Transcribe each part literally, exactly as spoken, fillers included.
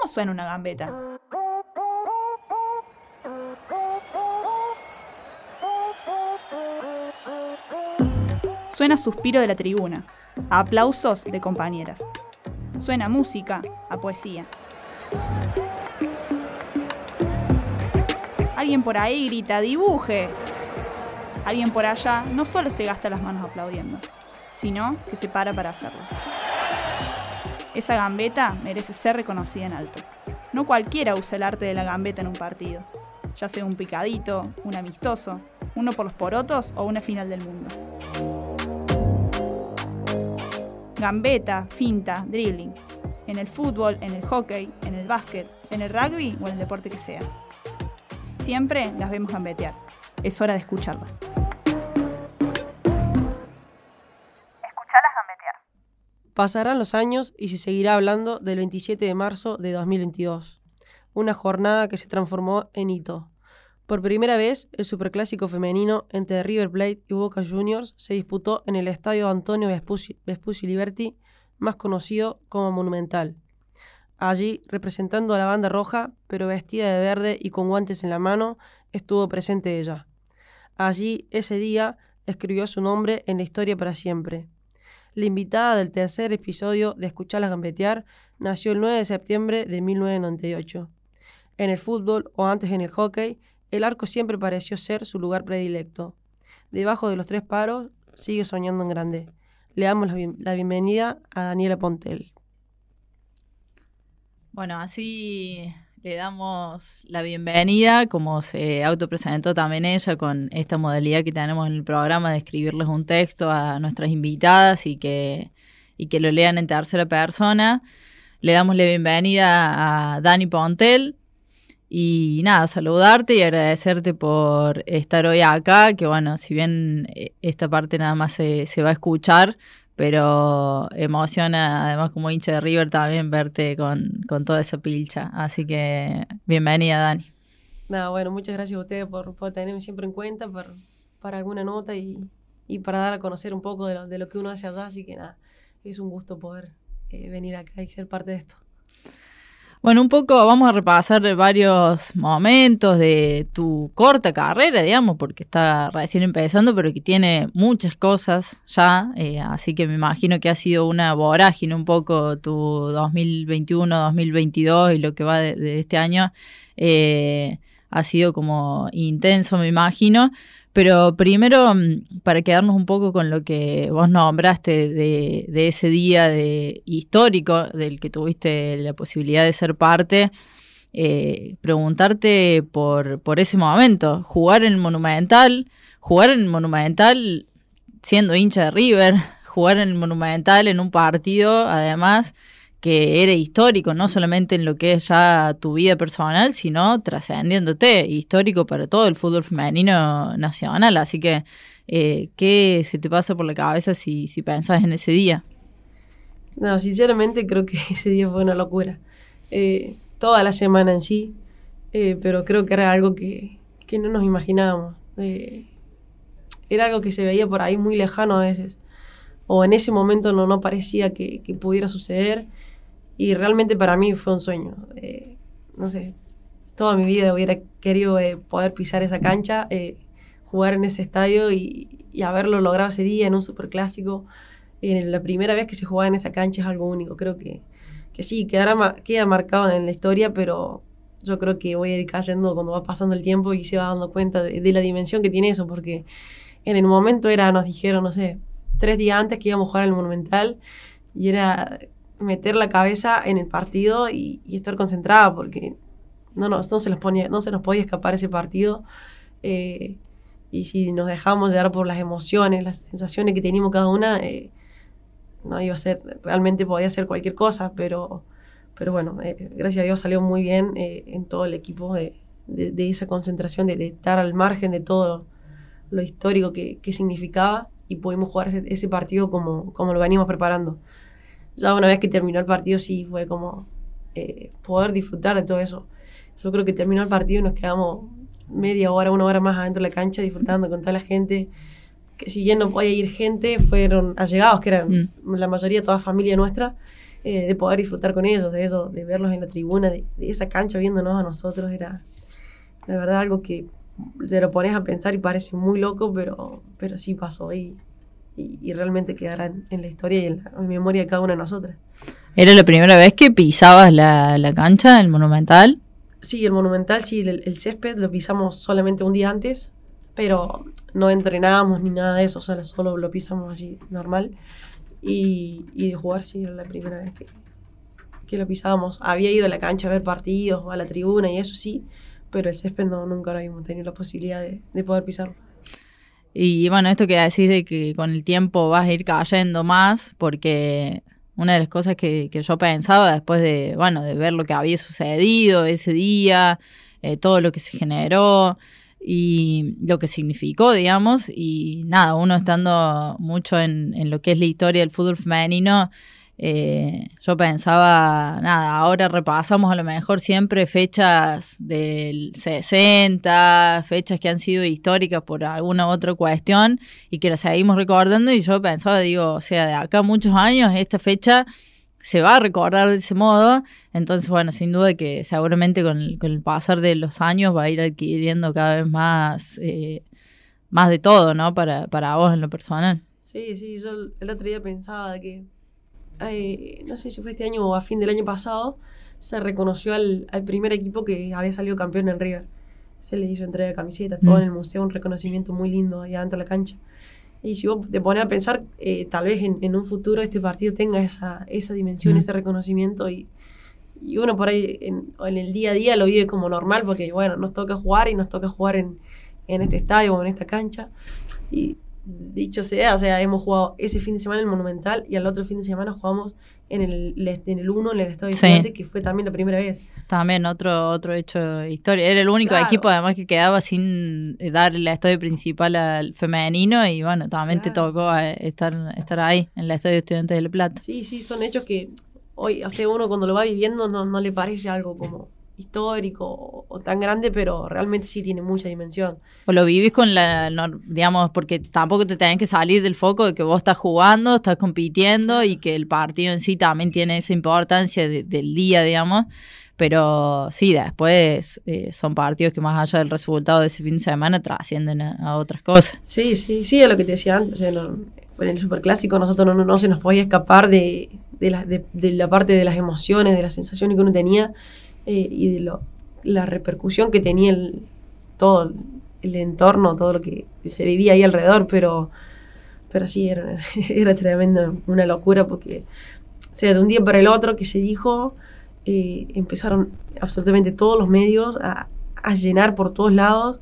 ¿Cómo suena una gambeta? Suena suspiro de la tribuna, a aplausos de compañeras. Suena música, a poesía. Alguien por ahí grita, ¡dibuje! Alguien por allá no solo se gasta las manos aplaudiendo, sino que se para para hacerlo. Esa gambeta merece ser reconocida en alto. No cualquiera usa el arte de la gambeta en un partido, ya sea un picadito, un amistoso, uno por los porotos o una final del mundo. Gambeta, finta, dribbling. En el fútbol, en el hockey, en el básquet, en el rugby o en el deporte que sea. Siempre las vemos gambetear. Es hora de escucharlas. Pasarán los años y se seguirá hablando del veintisiete de marzo de dos mil veintidós, una jornada que se transformó en hito. Por primera vez, el superclásico femenino entre River Plate y Boca Juniors se disputó en el estadio Antonio Vespucci, Vespucci Liberty, más conocido como Monumental. Allí, representando a la banda roja, pero vestida de verde y con guantes en la mano, estuvo presente ella. Allí, ese día, escribió su nombre en la historia para siempre. La invitada del tercer episodio de Escucharlas Gambetear nació el nueve de septiembre de mil novecientos noventa y ocho. En el fútbol, o antes en el hockey, el arco siempre pareció ser su lugar predilecto. Debajo de los tres palos, sigue soñando en grande. Le damos la, bien- la bienvenida a Daniela Pontel. Bueno, así le damos la bienvenida, como se autopresentó también ella, con esta modalidad que tenemos en el programa de escribirles un texto a nuestras invitadas y que, y que lo lean en tercera persona. Le damos la bienvenida a Dani Pontel y nada, saludarte y agradecerte por estar hoy acá, que bueno, si bien eh, esta parte nada más se, se va a escuchar, pero emociona, además como hincha de River, también verte con, con toda esa pilcha. Así que bienvenida, Dani. Nada, bueno, muchas gracias a ustedes por, por tenerme siempre en cuenta por, para alguna nota y, y para dar a conocer un poco de lo, de lo que uno hace allá. Así que nada, es un gusto poder eh, venir acá y ser parte de esto. Bueno, un poco vamos a repasar varios momentos de tu corta carrera, digamos, porque está recién empezando, pero que tiene muchas cosas ya, eh, así que me imagino que ha sido una vorágine un poco tu dos mil veintiuno, dos mil veintidós y lo que va de, de este año, eh, ha sido como intenso, me imagino. Pero primero, para quedarnos un poco con lo que vos nombraste de, de ese día de, histórico del que tuviste la posibilidad de ser parte, eh, preguntarte por, por ese momento, jugar en el Monumental, jugar en el Monumental siendo hincha de River, jugar en el Monumental en un partido, además, que era histórico, no solamente en lo que es ya tu vida personal, sino trascendiéndote, histórico para todo el fútbol femenino nacional. Así que, eh, ¿qué se te pasa por la cabeza si, si pensás en ese día? No, sinceramente creo que ese día fue una locura. Eh, toda la semana en sí, eh, pero creo que era algo que, que no nos imaginábamos. Eh, era algo que se veía por ahí muy lejano a veces, o en ese momento no, no parecía que, que pudiera suceder. Y realmente para mí fue un sueño. Eh, no sé, toda mi vida hubiera querido eh, poder pisar esa cancha, eh, jugar en ese estadio y, y haberlo logrado ese día en un superclásico. Eh, la primera vez que se jugaba en esa cancha es algo único. Creo que, que sí, quedará, queda marcado en la historia, pero yo creo que voy a ir cayendo cuando va pasando el tiempo y se va dando cuenta de, de la dimensión que tiene eso, porque en el momento era, nos dijeron, no sé, tres días antes que íbamos a jugar en el Monumental y era meter la cabeza en el partido y, y estar concentrada porque no, no, no, se nos ponía, no se nos podía escapar ese partido, eh, y si nos dejábamos llevar por las emociones, las sensaciones que teníamos cada una, eh, no iba a ser, realmente podía ser cualquier cosa, pero, pero bueno, eh, gracias a Dios salió muy bien eh, en todo el equipo de, de, de esa concentración, de, de estar al margen de todo lo histórico que, que significaba y pudimos jugar ese, ese partido como, como lo venimos preparando. Ya una vez que terminó el partido sí fue como eh, poder disfrutar de todo eso. Yo creo que terminó el partido y nos quedamos media hora, una hora más adentro de la cancha disfrutando con toda la gente, que si bien no podía ir gente, fueron allegados, que eran mm. la mayoría toda familia nuestra, eh, de poder disfrutar con ellos, de eso, de verlos en la tribuna, de, de esa cancha viéndonos a nosotros, era la verdad algo que te lo pones a pensar y parece muy loco, pero, pero sí pasó y, y, y realmente quedará en, en la historia y en la en memoria de cada una de nosotras. ¿Era la primera vez que pisabas la, la cancha, el Monumental? Sí, el Monumental, sí, el, el césped lo pisamos solamente un día antes, pero no entrenábamos ni nada de eso, o sea, solo lo pisamos así, normal. Y, y de jugar, sí, era la primera vez que, que lo pisábamos. Había ido a la cancha a ver partidos, a la tribuna y eso sí, pero el césped no, nunca lo habíamos tenido la posibilidad de, de poder pisarlo. Y bueno, esto que decís de que con el tiempo vas a ir cayendo más, porque una de las cosas que, que yo pensaba después de, bueno, de ver lo que había sucedido ese día, eh, todo lo que se generó y lo que significó, digamos, y nada, uno estando mucho en, en lo que es la historia del fútbol femenino, eh, yo pensaba, nada, ahora repasamos a lo mejor siempre fechas del sesenta, fechas que han sido históricas por alguna otra cuestión y que las seguimos recordando, y yo pensaba, digo, o sea, de acá a muchos años esta fecha se va a recordar de ese modo. Entonces, bueno, sin duda que seguramente con el, con el pasar de los años va a ir adquiriendo cada vez más, eh, más de todo, ¿no? Para, para vos en lo personal. Sí, sí, yo el otro día pensaba que Eh, no sé si fue este año o a fin del año pasado, se reconoció al, al primer equipo que había salido campeón en River. Se le hizo entrega de camisetas, todo mm. en el museo, un reconocimiento muy lindo allá dentro de la cancha. Y si vos te pones a pensar, eh, tal vez en, en un futuro este partido tenga esa, esa dimensión, mm. ese reconocimiento, y, y uno por ahí en, en el día a día lo vive como normal, porque bueno, nos toca jugar y nos toca jugar en, en este estadio o en esta cancha. Y dicho sea, o sea, hemos jugado ese fin de semana en el Monumental y al otro fin de semana jugamos en el en el uno, en el Estadio sí. Gigante, que fue también la primera vez. También otro otro hecho de historia. Era el único claro. equipo además que quedaba sin dar el estadio principal al femenino, y bueno, también claro. te tocó estar, estar ahí, en el Estadio Estudiantes de La Plata. Sí, sí, son hechos que hoy, hace uno cuando lo va viviendo no, no le parece algo como histórico o, o tan grande, pero realmente sí tiene mucha dimensión. O lo vivís con la, no, digamos, porque tampoco te tenés que salir del foco de que vos estás jugando, estás compitiendo, y que el partido en sí también tiene esa importancia de, del día, digamos, pero sí, después eh, son partidos que más allá del resultado de ese fin de semana trascienden a, a otras cosas. Sí, sí, sí, es lo que te decía antes, o sea, no, en el Superclásico nosotros no, no, no se nos podía escapar de, de, la, de, de la parte de las emociones, de las sensaciones que uno tenía, Eh, y de lo, la repercusión que tenía el, todo el, el entorno, todo lo que se vivía ahí alrededor, pero, pero sí, era, era tremenda, una locura, porque, o sea, de un día para el otro que se dijo, eh, empezaron absolutamente todos los medios a, a llenar por todos lados,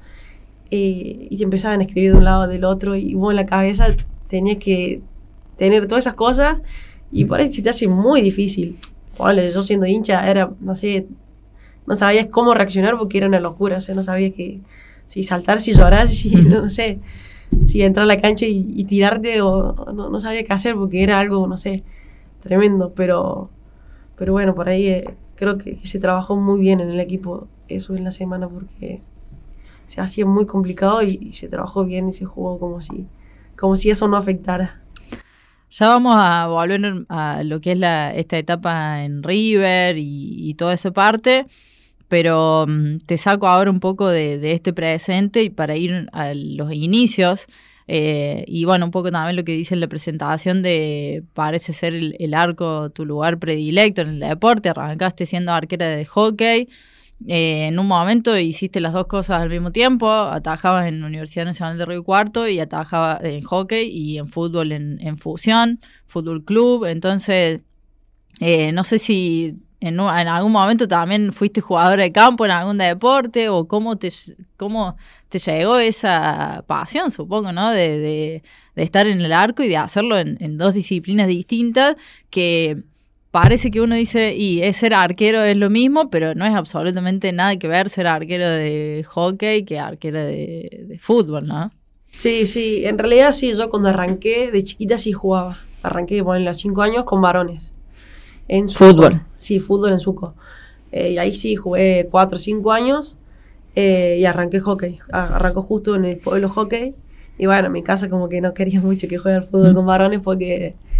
eh, y te empezaban a escribir de un lado del otro, y vos en la cabeza tenías que tener todas esas cosas, y por ahí se te hace muy difícil. Vale, yo siendo hincha era, no sé, no sabías cómo reaccionar porque era una locura, o sea, no sabías que, si saltar, si llorar, si, no sé, si entrar a la cancha y, y tirarte, o no, no sabía qué hacer porque era algo, no sé, tremendo, pero, pero bueno, por ahí eh, creo que, que se trabajó muy bien en el equipo eso en la semana, porque se hacía muy complicado y, y se trabajó bien y se jugó como si, como si eso no afectara. Ya vamos a volver a lo que es la, esta etapa en River y, y toda esa parte, pero um, te saco ahora un poco de, de este presente y para ir a los inicios, eh, y bueno, un poco también lo que dice en la presentación de parece ser el, el arco tu lugar predilecto en el deporte. Arrancaste siendo arquera de hockey. Eh, en un momento hiciste las dos cosas al mismo tiempo, atajabas en la Universidad Nacional de Río Cuarto y atajabas en hockey y en fútbol en, en Fusión, Fútbol Club. Entonces, eh, no sé si en, en algún momento también fuiste jugadora de campo en algún deporte, o cómo te, cómo te llegó esa pasión, supongo, ¿no? De, de, de estar en el arco y de hacerlo en, en dos disciplinas distintas que... Parece que uno dice, y es ser arquero es lo mismo, pero no es absolutamente nada que ver ser arquero de hockey que arquero de, de fútbol, ¿no? Sí, sí, en realidad sí, yo cuando arranqué de chiquita sí jugaba. Arranqué, bueno, a los cinco años con varones. En ¿Fútbol? Sí, fútbol en Suco. Eh, y ahí sí jugué cuatro o cinco años eh, y arranqué hockey. Arrancó justo en el pueblo hockey. Y bueno, en mi casa como que no quería mucho que juegue al fútbol mm. con varones porque...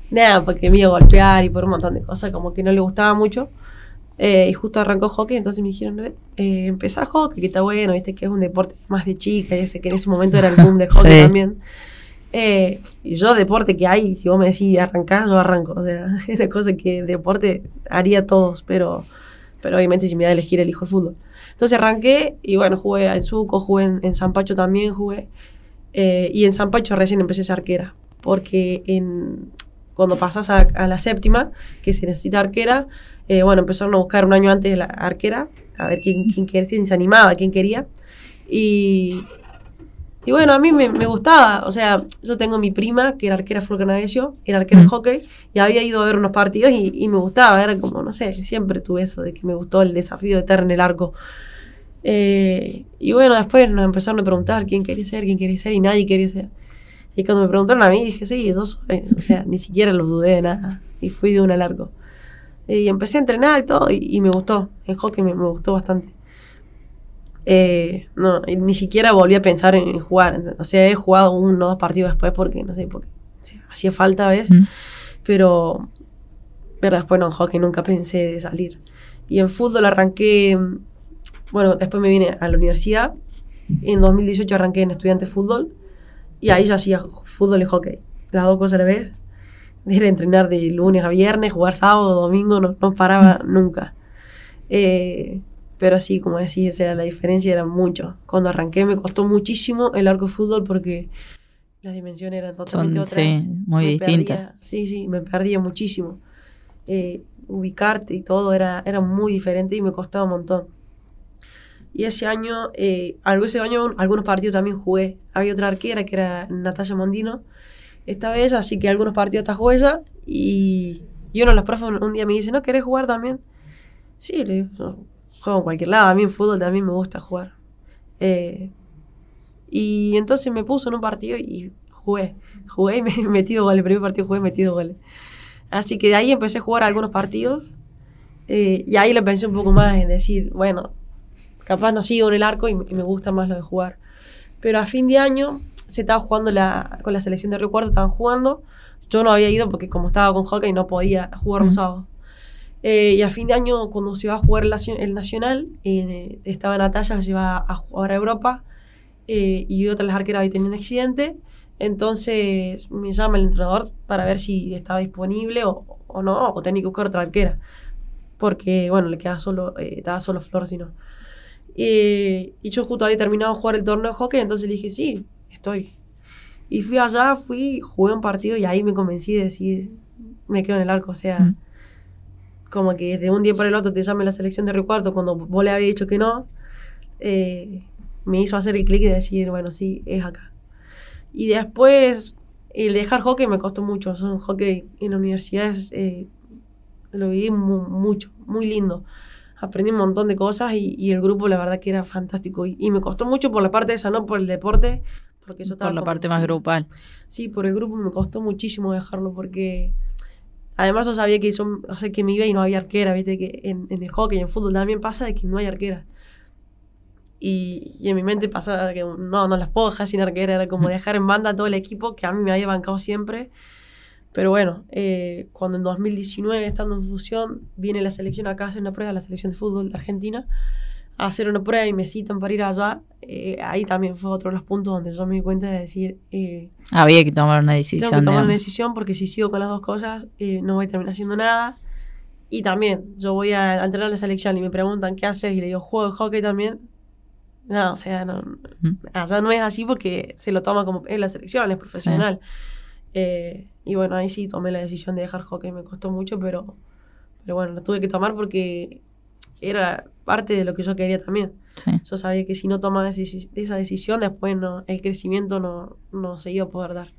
nada, porque me iba a golpear y por un montón de cosas, como que no le gustaba mucho. Eh, y justo arrancó hockey, entonces me dijeron, eh, empezá hockey, que está bueno, viste que es un deporte más de chica, y sé que en ese momento era el boom de hockey sí. también. Eh, y yo deporte que hay, si vos me decís arrancar, yo arranco, o sea, es una cosa que deporte haría todos, pero, pero obviamente si me da a elegir elijo el fútbol. Entonces arranqué y bueno, jugué en Suco, jugué en, en San Pacho también, jugué, eh, y en San Pacho recién empecé a ser arquera, porque en, cuando pasás a, a la séptima, que se necesita arquera, eh, bueno, empezaron a buscar un año antes la arquera, a ver quién, quién, quién, quién se animaba, quién quería, y... Y bueno, a mí me, me gustaba, o sea, yo tengo mi prima, que era arquera fútbol canavesio, era arquera mm. de hockey, y había ido a ver unos partidos y, y me gustaba, era como, no sé, siempre tuve eso de que me gustó el desafío de estar en el arco. Eh, y bueno, después nos empezaron a preguntar quién quería ser, quién quería ser, y nadie quería ser. Y cuando me preguntaron a mí, dije, sí, yo soy, o sea, ni siquiera los dudé de nada, y fui de un al arco. Y empecé a entrenar y todo, y, y me gustó, el hockey me, me gustó bastante. Eh, no, ni siquiera volví a pensar en, en jugar, o sea, he jugado uno o dos partidos después porque, no sé, porque o sea, hacía falta a veces, mm. pero, pero después no, en hockey nunca pensé de salir. Y en fútbol arranqué, bueno, después me vine a la universidad, en dos mil dieciocho arranqué en estudiante de fútbol, y ahí yo hacía fútbol y hockey, las dos cosas a la vez, era entrenar de lunes a viernes, jugar sábado, domingo, no, no paraba mm. nunca. Eh... Pero sí, como decís, esa era la diferencia, era mucho. Cuando arranqué me costó muchísimo el arco de fútbol porque las dimensiones eran totalmente Son, otras. Sí, muy me distintas. Perdía, sí, sí, me perdía muchísimo. Eh, ubicarte y todo era, era muy diferente y me costaba un montón. Y ese año, eh, algo ese año, algunos partidos también jugué. Había otra arquera que era Natalia Mondino, esta vez, así que algunos partidos hasta jugué ella. Y, y uno de los profes un día me dice, ¿no querés jugar también? Sí, le digo, no. Juego en cualquier lado, a mí en fútbol también me gusta jugar. Eh, y entonces me puso en un partido y jugué. Jugué y me he metido goles. El primer partido jugué y metido goles. Así que de ahí empecé a jugar algunos partidos. Eh, y ahí le pensé un poco más en decir, bueno, capaz no sigo en el arco y, y me gusta más lo de jugar. Pero a fin de año se estaba jugando la, con la selección de Río Cuarto, estaban jugando. Yo no había ido porque como estaba con hockey no podía jugar los sábados. Eh, y a fin de año, cuando se iba a jugar el, el Nacional, eh, estaba Natalia que se iba a jugar a Europa, eh, y otras las arqueras habían tenido un accidente. Entonces me llama el entrenador para ver si estaba disponible o, o no, o tenía que buscar otra arquera. Porque, bueno, le quedaba solo, eh, estaba solo Flor, si no. Eh, y yo justo había terminado de jugar el torneo de hockey, entonces le dije, sí, estoy. Y fui allá, fui, jugué un partido y ahí me convencí de decir, me quedo en el arco, o sea... Mm. Como que de un día para el otro te llame la selección de Río Cuarto cuando vos le habías dicho que no, eh, me hizo hacer el clic y decir, bueno, sí, es acá. Y después, el dejar hockey me costó mucho. Son hockey en la universidad, es, eh, lo viví mu- mucho, muy lindo. Aprendí un montón de cosas y, y el grupo la verdad que era fantástico. Y, y me costó mucho por la parte esa, no por el deporte. Porque yo estaba por la parte como, más sí, grupal. Sí, por el grupo me costó muchísimo dejarlo porque... Además yo sabía que, yo, o sea, que me iba y no había arquera, viste que en, en el hockey y en fútbol también pasa de que no hay arquera. Y, y en mi mente pasaba que no, no las puedo dejar sin arquera, era como dejar en banda a todo el equipo que a mí me había bancado siempre. Pero bueno, eh, cuando en dos mil diecinueve, estando en Fusión, viene la selección acá a hacer una prueba, la selección de fútbol de Argentina, a hacer una prueba y me citan para ir allá, eh, ahí también fue otro de los puntos donde yo me di cuenta de decir... Eh, había que tomar una decisión. Tengo que tomar digamos. una decisión porque si sigo con las dos cosas eh, no voy a terminar haciendo nada. Y también, yo voy a, a entrenar a la selección y me preguntan qué haces y le digo, juego de hockey también. No, o sea, no, ¿Mm? allá no es así porque se lo toma como es la selección, es profesional. Sí. Eh, y bueno, ahí sí tomé la decisión de dejar hockey, me costó mucho, pero, pero bueno, lo tuve que tomar porque... era parte de lo que yo quería también. Sí. Yo sabía que si no tomaba esa decisión, después no, el crecimiento no, no se iba a poder dar.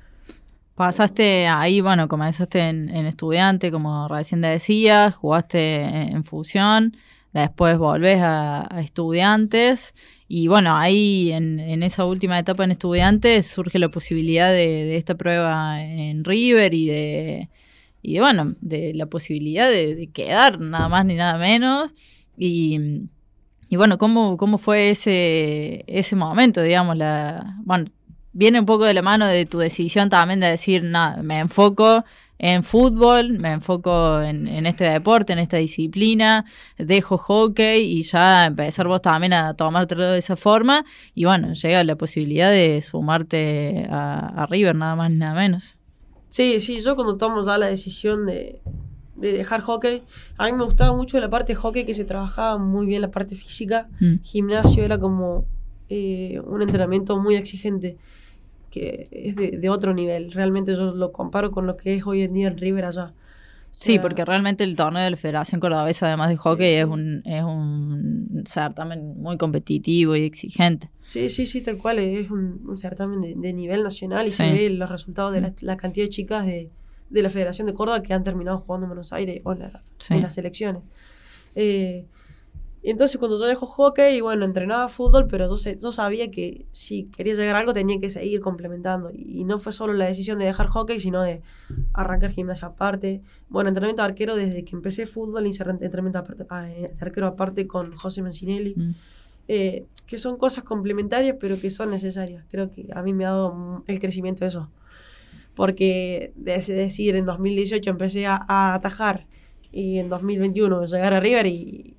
Pasaste ahí, bueno, comenzaste en, en estudiante, como recién decías, jugaste en, en Fusión, después volvés a, a estudiantes, y bueno, ahí en, en esa última etapa en estudiantes surge la posibilidad de, de esta prueba en River y de... Y de, bueno, de la posibilidad de, de quedar, nada más ni nada menos. Y, y bueno, ¿cómo, cómo fue ese, ese momento, digamos? La, bueno, viene un poco de la mano de tu decisión también de decir, nada, me enfoco en fútbol, me enfoco en, en este deporte, en esta disciplina, dejo hockey y ya empezar vos también a tomártelo de esa forma y bueno, llega la posibilidad de sumarte a, a River, nada más ni nada menos. Sí, sí, yo cuando tomo ya la decisión de, de dejar hockey, a mí me gustaba mucho la parte de hockey que se trabajaba muy bien la parte física, mm. gimnasio era como eh, un entrenamiento muy exigente, que es de, de otro nivel. Realmente yo lo comparo con lo que es hoy en día el River allá. O sea, sí, porque realmente el torneo de la Federación Cordobesa, además de hockey, sí, sí. es un es un certamen muy competitivo y exigente. Sí, sí, sí, tal cual. Es un, un certamen de, de nivel nacional y sí. se ve los resultados de la, la cantidad de chicas de, de la Federación de Córdoba que han terminado jugando en Buenos Aires o en, la, sí. en las selecciones. Eh, Y entonces cuando yo dejo hockey, y bueno, entrenaba fútbol, pero yo, sé, yo sabía que si quería llegar a algo tenía que seguir complementando. Y, y no fue solo la decisión de dejar hockey, sino de arrancar gimnasia aparte. Bueno, entrenamiento de arquero desde que empecé fútbol, hice entrenamiento aparte, de arquero aparte con José Mancinelli. Mm. Eh, que son cosas complementarias, pero que son necesarias. Creo que a mí me ha dado el crecimiento de eso. Porque, es decir, en dos mil dieciocho empecé a, a atajar y en dos mil veintiuno llegar a River y...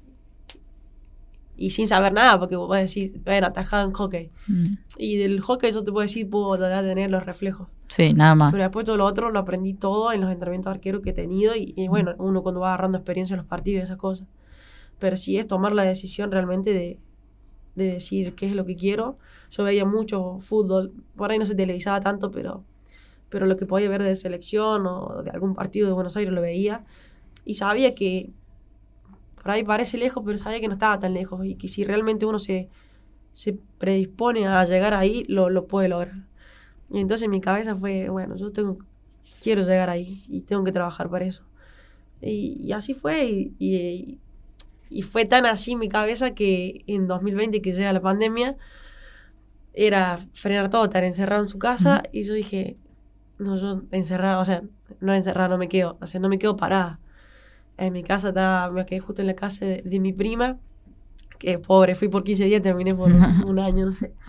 y sin saber nada, porque vos decís, bueno, atajado en hockey. Mm. Y del hockey yo te puedo decir, puedo tener los reflejos. Sí, nada más. Pero después todo lo otro lo aprendí todo en los entrenamientos de arquero que he tenido y, y bueno, uno cuando va agarrando experiencia en los partidos y esas cosas. Pero sí es tomar la decisión realmente de, de decir qué es lo que quiero. Yo veía mucho fútbol, por ahí no se televisaba tanto, pero, pero lo que podía ver de selección o de algún partido de Buenos Aires lo veía. Y sabía que por ahí parece lejos, pero sabía que no estaba tan lejos y que si realmente uno se, se predispone a llegar ahí, lo, lo puede lograr. Y entonces mi cabeza fue, bueno, yo tengo, quiero llegar ahí y tengo que trabajar para eso. Y, y así fue, y, y, y fue tan así mi cabeza que en dos mil veinte, que llega la pandemia, era frenar todo, estar encerrado en su casa, y yo dije, no, yo encerrado, o sea, no encerrado, no me quedo, o sea, no me quedo parada. En mi casa estaba, me quedé justo en la casa de, de mi prima, que pobre, fui por quince días, terminé por un, un año, no sé.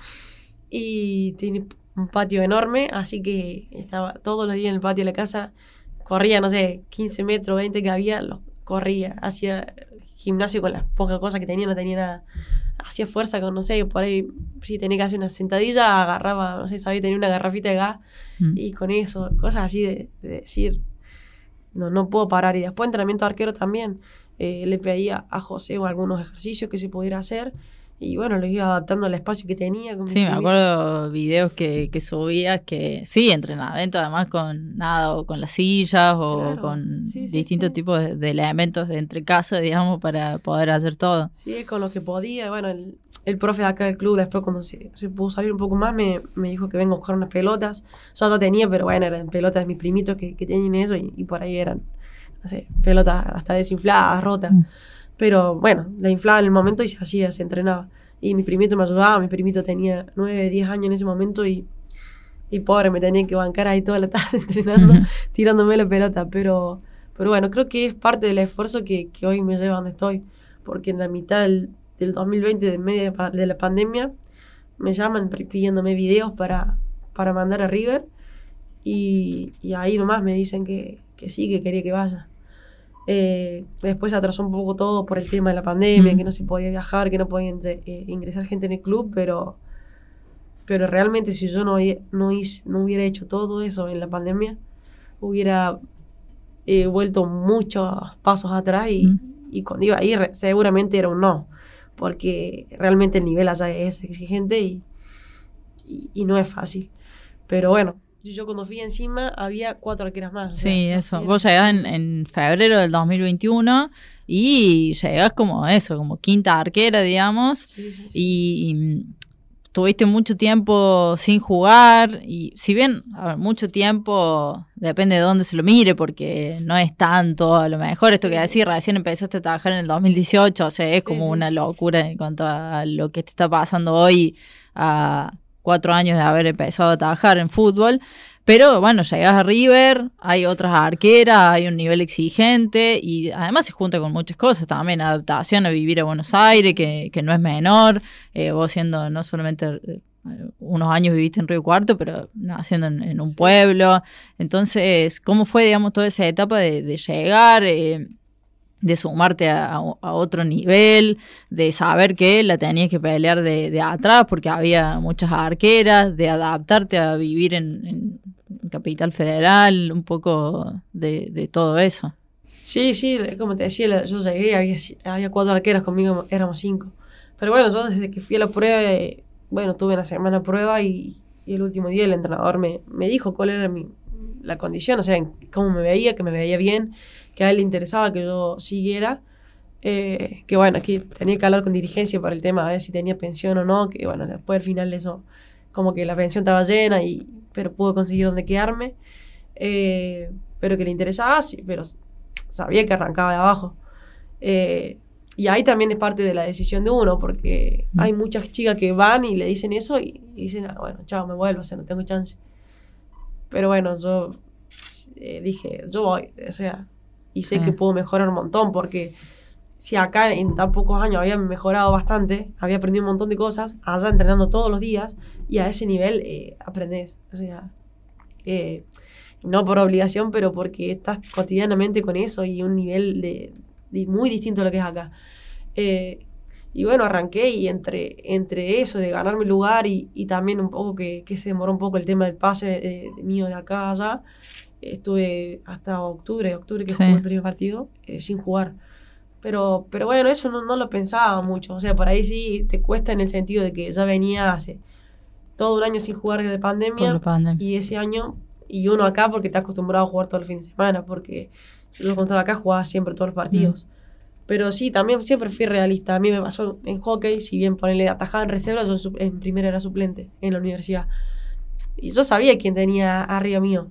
Y tiene un patio enorme, así que estaba todos los días en el patio de la casa, corría, no sé, quince metros, veinte que había, los corría, hacía gimnasio con las pocas cosas que tenía, no tenía nada. Hacía fuerza con, no sé, por ahí, si tenía que hacer una sentadilla, agarraba, no sé, sabía, tenía una garrafita de gas, mm. y con eso, cosas así de, de decir... No, no puedo parar. Y después entrenamiento de arquero también. Eh, le pedía a José o algunos ejercicios que se pudiera hacer. Y bueno, lo iba adaptando al espacio que tenía. Sí, me acuerdo videos que, que subías que sí, entrenamiento además con nada, o con las sillas o claro, con sí, sí, distintos sí. tipos de, de elementos de entre casa, digamos, para poder hacer todo. Sí, con lo que podía. Bueno, el, el profe de acá del club, después cuando se, se pudo salir un poco más, me, me dijo que vengo a buscar unas pelotas. Yo no tenía, pero bueno, eran pelotas de mis primitos que, que tenían eso y, y por ahí eran, no sé, pelotas hasta desinfladas, rotas. Mm. Pero bueno, la inflaba en el momento y se hacía, se entrenaba. Y mi primito me ayudaba, mi primito tenía nueve, diez años en ese momento y, y pobre, me tenía que bancar ahí toda la tarde entrenando, tirándome la pelota. Pero, pero bueno, creo que es parte del esfuerzo que, que hoy me lleva a donde estoy. Porque en la mitad del, del dos mil veinte, de medio de la pandemia, me llaman pidiéndome videos para, para mandar a River. Y, y ahí nomás me dicen que, que sí, que quería que vaya. Eh, después se atrasó un poco todo por el tema de la pandemia, mm. que no se podía viajar, que no podía eh, ingresar gente en el club, pero, pero realmente si yo no, no, hice, no hubiera hecho todo eso en la pandemia, hubiera eh, vuelto muchos pasos atrás y, mm. y cuando iba a ir seguramente era un no, porque realmente el nivel allá es exigente y, y, y no es fácil. Pero bueno, yo cuando fui encima había cuatro arqueras más. Sí, o sea, eso. Vos llegás en, en febrero del dos mil veintiuno y llegás como eso, como quinta arquera, digamos. Sí, sí, sí. Y, y tuviste mucho tiempo sin jugar. Y si bien, a ver, mucho tiempo, depende de dónde se lo mire, porque no es tanto. A lo mejor esto sí. que decís, recién empezaste a trabajar en el dos mil dieciocho. O sea, es sí, como sí. una locura en cuanto a lo que te está pasando hoy, a cuatro años de haber empezado a trabajar en fútbol, pero bueno, llegás a River, hay otras arqueras, hay un nivel exigente y además se junta con muchas cosas también, adaptación a vivir a Buenos Aires, que, que no es menor, eh, vos siendo no solamente unos años viviste en Río Cuarto, pero naciendo en, en un sí. pueblo. Entonces, ¿cómo fue, digamos, toda esa etapa de, de llegar, eh, de sumarte a, a otro nivel, de saber que la tenías que pelear de, de atrás porque había muchas arqueras, de adaptarte a vivir en, en Capital Federal, un poco de, de todo eso? Sí, sí, como te decía, yo llegué, había, había cuatro arqueras conmigo, éramos cinco. Pero bueno, yo desde que fui a la prueba, eh, bueno, tuve una semana de prueba y, y el último día el entrenador me, me dijo cuál era mi, la condición, o sea, cómo me veía, que me veía bien, que a él le interesaba que yo siguiera, eh, que bueno, que tenía que hablar con dirigencia para el tema, a ver si tenía pensión o no, que bueno, después al final de eso, como que la pensión estaba llena, y pero pude conseguir dónde quedarme, eh, pero que le interesaba, sí, pero sabía que arrancaba de abajo. Eh, y ahí también es parte de la decisión de uno, porque mm. hay muchas chicas que van y le dicen eso y, y dicen, ah, bueno, chao, me vuelvo, o sea, no tengo chance. Pero bueno, yo eh, dije, yo voy, o sea, y sé sí. que puedo mejorar un montón, porque si acá en tan pocos años había mejorado bastante, había aprendido un montón de cosas, allá entrenando todos los días, y a ese nivel eh, aprendés, o sea, eh, no por obligación, pero porque estás cotidianamente con eso y un nivel de, de muy distinto a lo que es acá. Eh, y bueno, arranqué y entre, entre eso de ganar mi lugar y, y también un poco que, que se demoró un poco el tema del pase de, de mío de acá a allá, estuve hasta octubre, octubre que sí. jugué el primer partido, eh, sin jugar. Pero, pero bueno, eso no, no lo pensaba mucho. O sea, por ahí sí te cuesta en el sentido de que ya venía hace todo un año sin jugar desde pandemia, pandemia. Y ese año, y uno acá porque está acostumbrado a jugar todo el fin de semana, porque yo cuando estaba acá jugaba siempre todos los partidos. Mm. Pero sí, también siempre fui realista. A mí me pasó en hockey, si bien ponerle atajada en reserva, yo en primera era suplente en la universidad. Y yo sabía quién tenía arriba mío.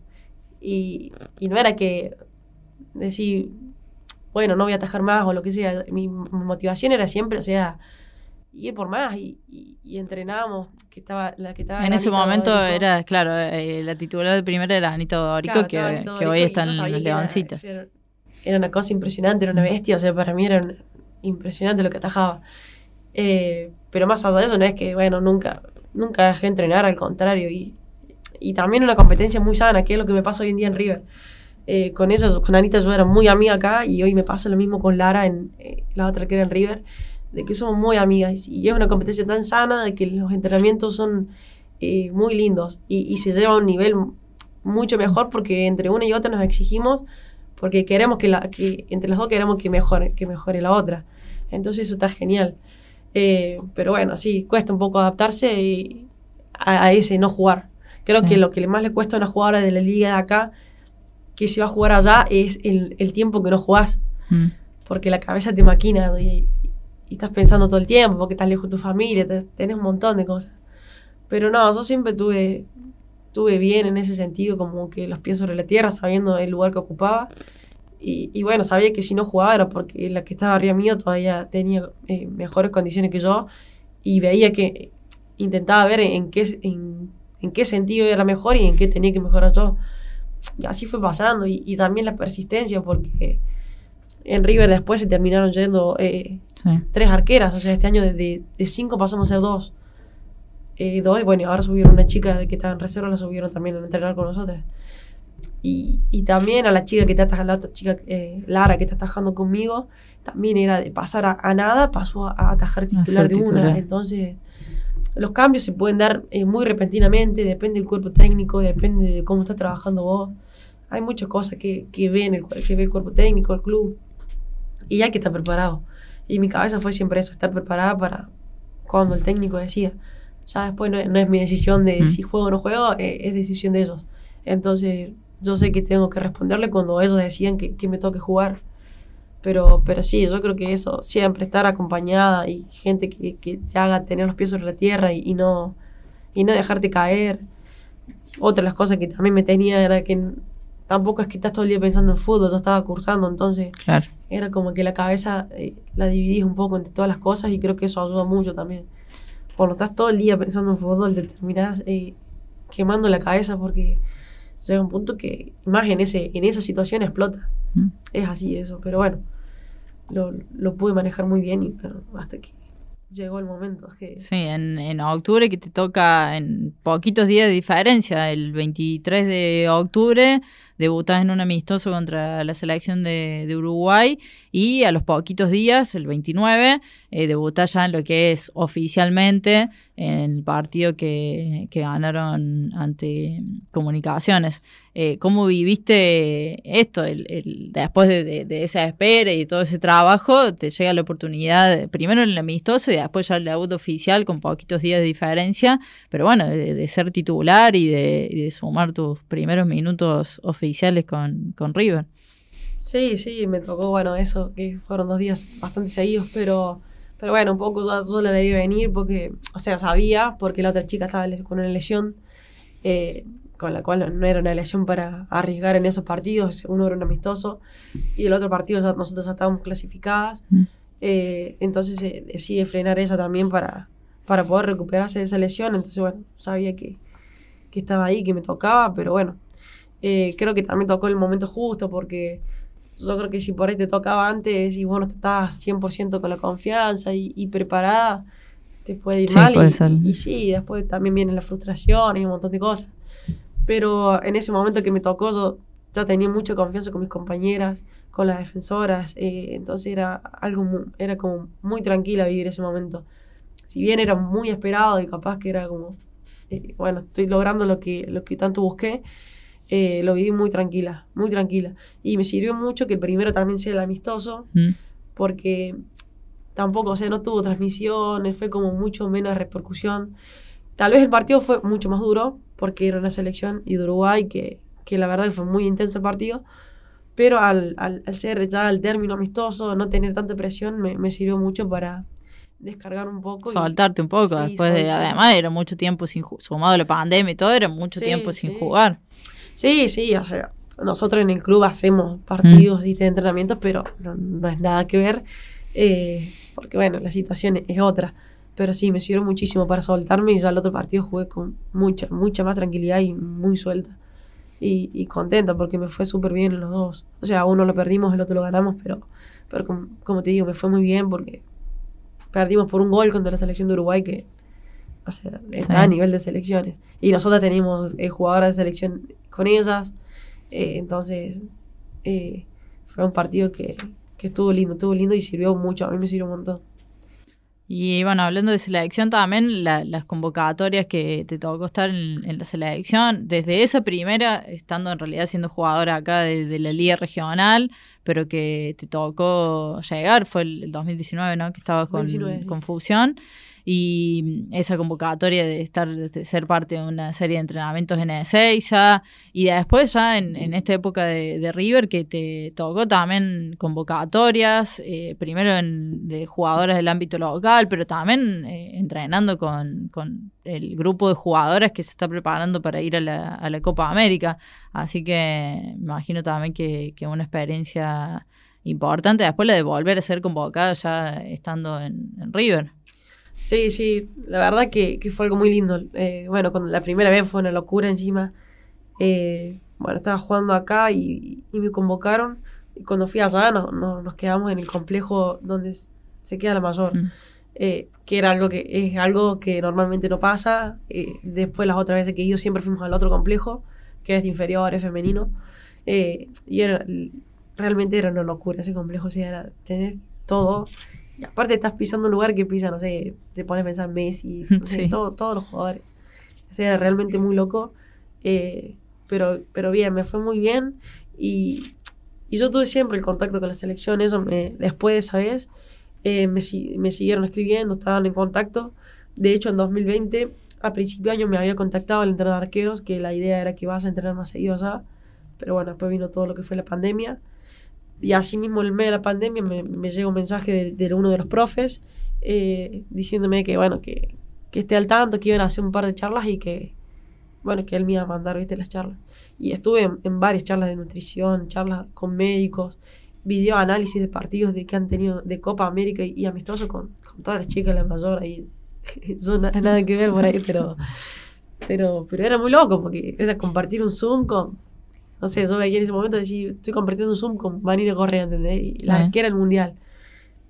Y, y no era que decir, bueno, no voy a atajar más o lo que sea. Mi motivación era siempre, o sea, ir por más y, y, y entrenábamos. Que estaba, la que estaba en ese Anita momento Dorico. Era, claro, eh, la titular de primera era Anita Dorico, claro, que, Anita que Dorico, hoy está en los Leoncitos. Era, era una cosa impresionante, era una bestia, o sea, para mí era un, impresionante lo que atajaba. Eh, pero más allá de eso, no es que, bueno, nunca, nunca dejé entrenar, al contrario, y, y también una competencia muy sana, que es lo que me pasa hoy en día en River. Eh, con ella, con Anita yo era muy amiga acá, y hoy me pasa lo mismo con Lara, en eh, la otra que era en River, de que somos muy amigas, y es una competencia tan sana, de que los entrenamientos son eh, muy lindos, y, y se lleva a un nivel mucho mejor, porque entre una y otra nos exigimos, porque queremos que, la, que entre las dos queremos que mejore, que mejore la otra. Entonces eso está genial. Eh, pero bueno, sí, cuesta un poco adaptarse y a, a ese no jugar. Creo sí. que lo que más le cuesta a una jugadora de la liga de acá, que si va a jugar allá, es el, el tiempo que no jugás. Mm. Porque la cabeza te maquina y, y estás pensando todo el tiempo, porque estás lejos de tu familia, te, tenés un montón de cosas. Pero no, yo siempre tuve... Estuve bien en ese sentido, como que los pies sobre la tierra, sabiendo el lugar que ocupaba. Y, y bueno, sabía que si no jugaba era porque la que estaba arriba mío todavía tenía eh, mejores condiciones que yo. Y veía que intentaba ver en qué, en, en qué sentido era mejor y en qué tenía que mejorar yo. Y así fue pasando. Y, y también la persistencia, porque en River después se terminaron yendo eh, sí. tres arqueras. O sea, este año de, de, de cinco pasamos a ser dos. Eh, dos, y bueno, ahora subieron una chica que estaba en reserva, la subieron también a entrenar con nosotras. Y, y también a la chica que está atajando, la otra chica, eh, Lara, que está atajando conmigo, también era de pasar a, a nada, pasó a, a atajar titular de titular. Una. Entonces, los cambios se pueden dar eh, muy repentinamente, depende del cuerpo técnico, depende de cómo estás trabajando vos. Hay muchas cosas que, que, ven el, que ve el cuerpo técnico, el club, y hay que estar preparado. Y mi cabeza fue siempre eso, estar preparada para cuando el técnico decida. Ya después no, no es mi decisión de mm. si juego o no juego, eh, es decisión de ellos. Entonces yo sé que tengo que responderle cuando ellos decían que, que me toque jugar. Pero, pero sí, yo creo que eso, siempre estar acompañada y gente que, que te haga tener los pies sobre la tierra y, y, no, y no dejarte caer. Otra de las cosas que también me tenía era que tampoco es que estás todo el día pensando en fútbol, yo estaba cursando, entonces claro. Era como que la cabeza eh, la dividís un poco entre todas las cosas y creo que eso ayuda mucho también. Cuando estás todo el día pensando en fútbol, te terminás eh, quemando la cabeza porque llega un punto que, más en, ese, en esa situación, explota. Mm. Es así eso, pero bueno, lo, lo pude manejar muy bien y bueno, hasta que llegó el momento. Que... Sí, en, en octubre, que te toca en poquitos días de diferencia. El veintitrés de octubre debutás en un amistoso contra la selección de, de Uruguay, y a los poquitos días, el veintinueve, eh, debutás ya en lo que es oficialmente en el partido que, que ganaron ante Comunicaciones. Eh, ¿Cómo viviste esto? El, el, después de, de, de esa espera y todo ese trabajo, te llega la oportunidad, de, primero en el amistoso y después ya el debut oficial con poquitos días de diferencia, pero bueno, de, de ser titular y de, y de sumar tus primeros minutos oficiales con, con River. Sí, sí, me tocó, bueno, eso, que fueron dos días bastante seguidos, pero, pero bueno, un poco yo, yo la veía venir porque, o sea, sabía, porque la otra chica estaba con una lesión, eh, con la cual no era una lesión para arriesgar en esos partidos. Uno era un amistoso y el otro partido ya, nosotros ya estábamos clasificadas, mm. eh, entonces eh, decidí frenar esa también para, para poder recuperarse de esa lesión. Entonces, bueno, sabía que, que estaba ahí, que me tocaba, pero bueno, eh, creo que también tocó el momento justo, porque yo creo que si por ahí te tocaba antes y bueno, estabas cien por ciento con la confianza y, y preparada, te puede ir sí, mal. Y, y, y sí, después también viene la frustración y un montón de cosas. Pero en ese momento que me tocó, yo ya tenía mucha confianza con mis compañeras, con las defensoras, eh, entonces era algo muy, era como muy tranquila vivir ese momento. Si bien era muy esperado y capaz que era como, eh, bueno, estoy logrando lo que, lo que tanto busqué, eh, lo viví muy tranquila, muy tranquila. Y me sirvió mucho que el primero también sea el amistoso, mm. porque tampoco, o sea, no tuvo transmisiones, fue como mucho menos repercusión. Tal vez el partido fue mucho más duro, porque era una selección y de Uruguay, que, que la verdad que fue muy intenso el partido, pero al, al, al ser ya el término amistoso, no tener tanta presión, me, me sirvió mucho para descargar un poco. Soltarte y, un poco, sí, después de, además era mucho tiempo sin jugar, sumado a la pandemia y todo, era mucho sí, tiempo sin sí. jugar. Sí, sí, o sea, nosotros en el club hacemos partidos mm. y de entrenamientos, pero no, no es nada que ver, eh, porque bueno, la situación es otra. Pero sí, me sirvió muchísimo para soltarme y ya el otro partido jugué con mucha, mucha más tranquilidad y muy suelta. Y, y contenta porque me fue súper bien en los dos. O sea, uno lo perdimos, el otro lo ganamos, pero, pero como, como te digo, me fue muy bien porque perdimos por un gol contra la selección de Uruguay que, o sea, está sí. a nivel de selecciones. Y nosotros teníamos eh, jugadoras de selección con ellas. Eh, entonces, eh, fue un partido que, que estuvo lindo, estuvo lindo y sirvió mucho. A mí me sirvió un montón. Y bueno, hablando de selección también, la, las convocatorias que te tocó estar en, en la selección, desde esa primera, estando en realidad siendo jugadora acá de, de la liga regional, pero que te tocó llegar, fue el, el dos mil diecinueve, ¿no? Que estabas con, diecinueve, sí. con Fusión, y esa convocatoria de estar de ser parte de una serie de entrenamientos en Ezeiza, y después ya en, en esta época de, de River, que te tocó también convocatorias, eh, primero en, de jugadoras del ámbito local, pero también eh, entrenando con, con el grupo de jugadoras que se está preparando para ir a la, a la Copa América. Así que me imagino también que, que una experiencia importante después la de volver a ser convocada ya estando en, en River. Sí, sí, la verdad que, que fue algo muy lindo. Eh, bueno, cuando la primera vez fue una locura encima. Eh, bueno, estaba jugando acá y, y me convocaron. Y cuando fui allá no, no, nos quedamos en el complejo donde se queda la mayor. Mm. Eh, que era algo que es algo que normalmente no pasa. Eh, después las otras veces que he ido siempre fuimos al otro complejo, que es de inferior, es femenino. Eh, y era, realmente era una locura ese complejo. O sea, era, tenés todo. Y aparte estás pisando un lugar que pisa, no sé, te pones a pensar en Messi, no sé, sí. todo, todos los jugadores. O sea, era realmente muy loco. Eh, pero, pero bien, me fue muy bien. Y, y yo tuve siempre el contacto con la selección. Eso me, después de esa vez eh, me, me siguieron escribiendo, estaban en contacto. De hecho, en dos mil veinte, a principio de año, me había contactado el entrenador de arqueros, que la idea era que vas a entrenar más seguido allá. Pero bueno, después vino todo lo que fue la pandemia. Y así mismo en el medio de la pandemia me, me llegó un mensaje de, de uno de los profes eh, diciéndome que bueno que, que esté al tanto, que iban a hacer un par de charlas y que bueno que él me iba a mandar, viste, las charlas. Y estuve en, en varias charlas de nutrición, charlas con médicos, video análisis de partidos de que han tenido de Copa América y, y amistoso con, con todas las chicas, la mayor ahí. Yo nada, nada que ver por ahí, pero, pero, pero era muy loco porque era compartir un Zoom con... No sé, yo veía en ese momento decir, estoy compartiendo un Zoom con Vanina Correa, ¿entendés? Y la sí. arquera del mundial.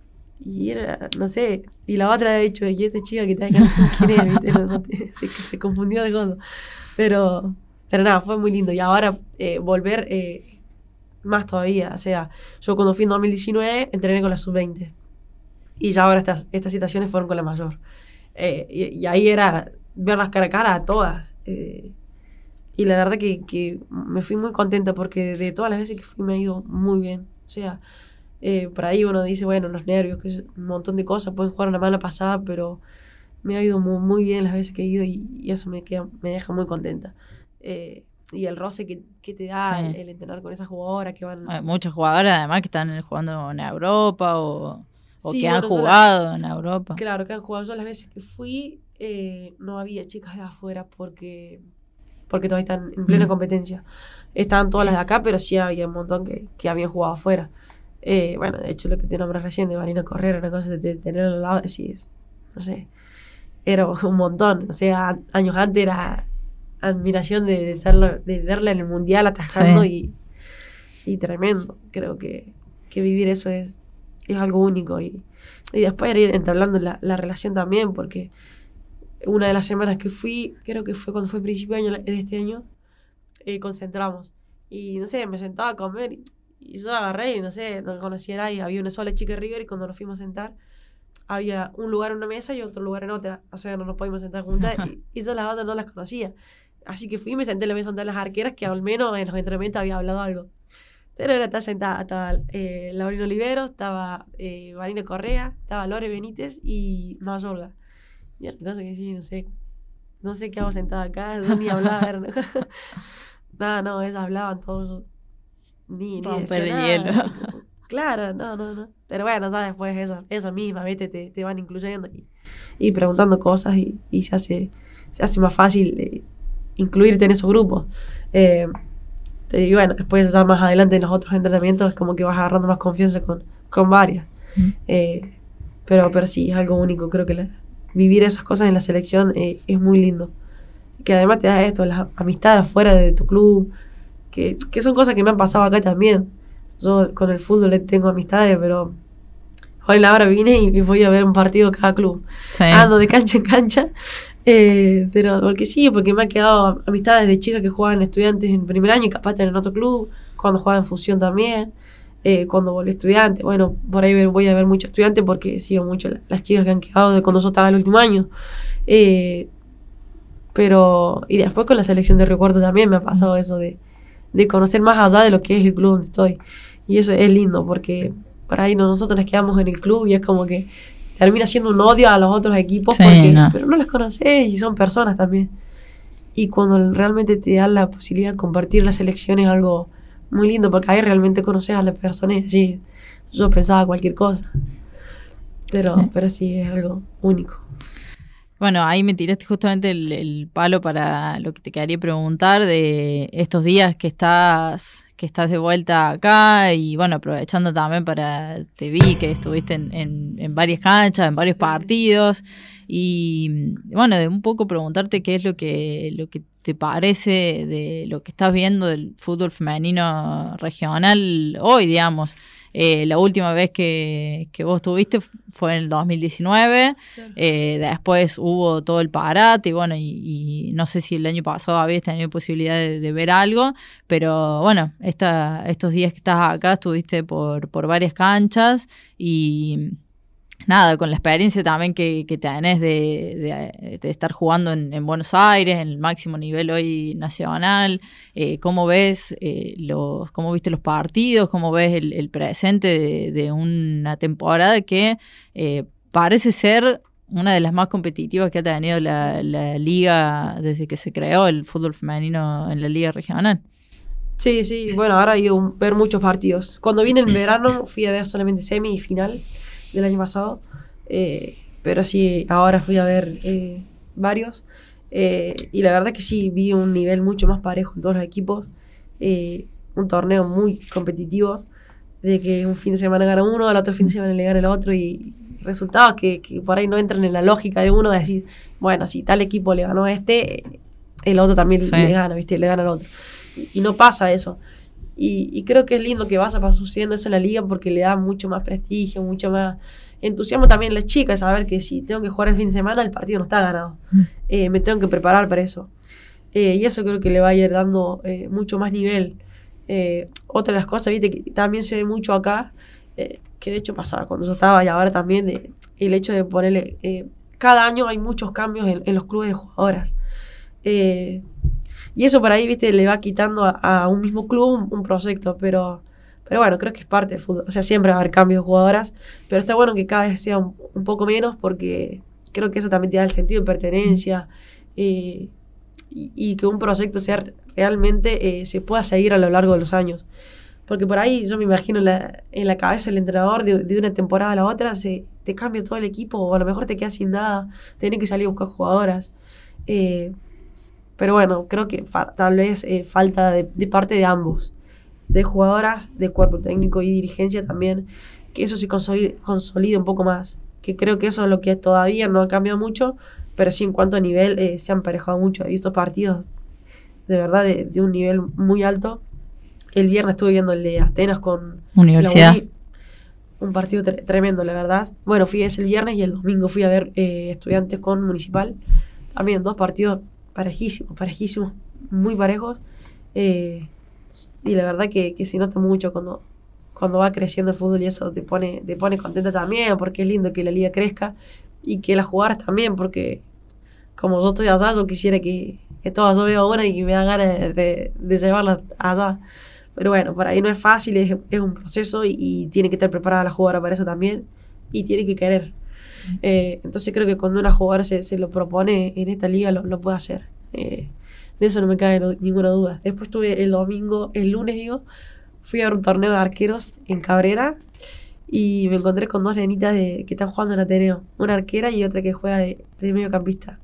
Y era, no sé, y la otra había dicho, y esta chica que te que no sé quién es, ¿viste? No, no te, se, se confundió de cosas. Pero, pero nada, fue muy lindo. Y ahora eh, volver eh, más todavía. O sea, yo cuando fui en dos mil diecinueve entrené con la sub veinte. Y ya ahora estas, estas situaciones fueron con la mayor. Eh, y, y ahí era verlas cara a cara a todas. Eh, y la verdad que, que me fui muy contenta porque de todas las veces que fui me ha ido muy bien. O sea... Eh, por ahí uno dice, bueno, los nervios, que es un montón de cosas, pueden jugar una mala pasada, pero me ha ido muy, muy bien las veces que he ido y, y eso me, queda, me deja muy contenta. Eh, y el roce que, que te da sí. el, el entrenar con esas jugadoras que van... Hay muchas jugadoras además que están jugando en Europa o, o sí, que bueno, han jugado la, en Europa. Claro, que han jugado. Yo las veces que fui eh, no había chicas de afuera porque, porque todavía están en plena mm. competencia. Estaban todas las de acá, pero sí había un montón que, que habían jugado afuera. Eh, bueno, de hecho lo que te nombré recién de Marina Correa, una cosa de, de tener al lado, sí, es, no sé, era un montón. O sea, años antes era admiración de, de, estarlo, de verla en el mundial atajando sí. y, y tremendo. Creo que, que vivir eso es, es algo único y, y después ir entablando la, la relación también, porque una de las semanas que fui, creo que fue cuando fue principio de, año, de este año, eh, concentramos y no sé, me sentaba a comer y Y yo agarré y no sé, no conocía a nadie. Había una sola chica de River y cuando nos fuimos a sentar, había un lugar en una mesa y otro lugar en otra. O sea, no nos podíamos sentar juntas y, y yo las otras no las conocía. Así que fui y me senté en la mesa donde las arqueras, que al menos en los entrenamientos había hablado algo. Pero era estar sentada. Estaba eh, Laurina Olivero, estaba eh, Marina Correa, estaba Lore Benítez y Mayorga. Y era una cosa que sí, no sé. No sé qué hago sentada acá, no ni hablaba. Nada, no, ellas hablaban todos. Ni, ni romper el nada. hielo. Claro, no, no, no. Pero bueno, ya después eso, eso misma, ¿viste? Te, te van incluyendo y, y preguntando cosas y, y se hace se hace más fácil eh, incluirte en esos grupos. Eh, y bueno, después ya más adelante en los otros entrenamientos es como que vas agarrando más confianza con, con varias. Mm. Eh, pero, pero sí, es algo único. Creo que la, vivir esas cosas en la selección eh, es muy lindo. Que además te da esto, las amistades fuera de tu club, Que, que son cosas que me han pasado acá también. Yo con el fútbol tengo amistades, pero hoy la hora vine y, y voy a ver un partido de cada club. Sí. Ando de cancha en cancha. Eh, pero porque sí, porque me han quedado amistades de chicas que jugaban estudiantes en primer año y capaz en otro club, cuando jugaban en fusión también, eh, cuando volví estudiante. Bueno, por ahí voy a ver muchos estudiantes porque sigo mucho la, las chicas que han quedado de cuando yo estaba en el último año. Eh, pero, y después con la selección de Río Cuarto también me ha pasado eso de de conocer más allá de lo que es el club donde estoy. Y eso es lindo, porque por ahí nosotros nos quedamos en el club y es como que termina siendo un odio a los otros equipos, sí, porque, no. pero no los conoces y son personas también. Y cuando realmente te dan la posibilidad de compartir la selección es algo muy lindo, porque ahí realmente conoces a las personas y así, yo pensaba cualquier cosa. Pero, sí. pero sí, es algo único. Bueno, ahí me tiraste justamente el, el palo para lo que te quería preguntar de estos días que estás que estás de vuelta acá y bueno, aprovechando también para, te vi que estuviste en, en, en varias canchas, en varios partidos y bueno, de un poco preguntarte qué es lo que, lo que te parece de lo que estás viendo del fútbol femenino regional hoy, digamos. Eh, la última vez que, que vos estuviste fue en el dos mil diecinueve, claro. eh, después hubo todo el parate y bueno, y, y no sé si el año pasado habías tenido posibilidad de, de ver algo, pero bueno, esta, estos días que estás acá estuviste por, por varias canchas y nada, con la experiencia también que, que tenés de, de, de estar jugando en, en Buenos Aires, en el máximo nivel hoy nacional, eh, ¿cómo ves eh, los, cómo viste los partidos? ¿Cómo ves el, el presente de, de una temporada que eh, parece ser una de las más competitivas que ha tenido la, la liga desde que se creó el fútbol femenino en la liga regional? Sí, sí, bueno, ahora he ido a ver muchos partidos. Cuando vine en verano fui a ver solamente semi y final del año pasado, eh, pero sí, ahora fui a ver eh, varios, eh, y la verdad que sí, vi un nivel mucho más parejo en todos los equipos, eh, un torneo muy competitivo, de que un fin de semana gana uno, al otro fin de semana le gana el otro, y resultados que, que por ahí no entran en la lógica de uno, de decir, bueno, si tal equipo le ganó a este, el otro también sí. le gana, ¿viste? Le gana al otro, y, y no pasa eso. Y, y creo que es lindo que vaya sucediendo eso en la liga porque le da mucho más prestigio, mucho más entusiasmo también a las chicas, saber que si tengo que jugar el fin de semana, el partido no está ganado. Mm. Eh, me tengo que preparar para eso. Eh, y eso creo que le va a ir dando eh, mucho más nivel. Eh, otra de las cosas, viste, que también se ve mucho acá, eh, que de hecho pasaba cuando yo estaba y ahora también, de, el hecho de ponerle... Eh, cada año hay muchos cambios en, en los clubes de jugadoras. Eh, y eso por ahí, viste, le va quitando a, a un mismo club un, un proyecto, pero, pero bueno, creo que es parte del fútbol. O sea, siempre va a haber cambios de jugadoras, pero está bueno que cada vez sea un, un poco menos porque creo que eso también te da el sentido de pertenencia eh, y, y que un proyecto sea realmente eh, se pueda seguir a lo largo de los años. Porque por ahí yo me imagino en la, en la cabeza del entrenador de, de una temporada a la otra se te cambia todo el equipo o a lo mejor te quedas sin nada, tenés que salir a buscar jugadoras. Eh, pero bueno, creo que fa- tal vez eh, falta de, de parte de ambos, de jugadoras, de cuerpo técnico y dirigencia también, que eso se consolide, consolide un poco más. Que creo que eso es lo que todavía no ha cambiado mucho, pero sí en cuanto a nivel eh, se han emparejado mucho. He visto partidos de verdad de, de un nivel muy alto. El viernes estuve viendo el de Atenas con Universidad. La Uni, un partido tre- tremendo, la verdad. Bueno, fui ese el viernes y el domingo fui a ver eh, Estudiantes con Municipal. También dos partidos parejísimos, parejísimos, muy parejos. Eh, y la verdad que, que se nota mucho cuando, cuando va creciendo el fútbol y eso te pone, te pone contenta también, porque es lindo que la liga crezca y que las jugadoras también, porque como yo estoy allá, yo quisiera que, que todas yo vea una y que me da ganas de, de, de llevarlas allá. Pero bueno, por ahí no es fácil, es, es un proceso y, y tiene que estar preparada la jugadora para eso también y tiene que querer. Eh, entonces creo que cuando una jugadora se, se lo propone en esta liga lo, lo puede hacer. Eh, de eso no me cabe no, ninguna duda. Después tuve el domingo, el lunes digo, fui a ver un torneo de arqueros en Cabrera y me encontré con dos nenitas de, que están jugando en Ateneo, una arquera y otra que juega de, de mediocampista.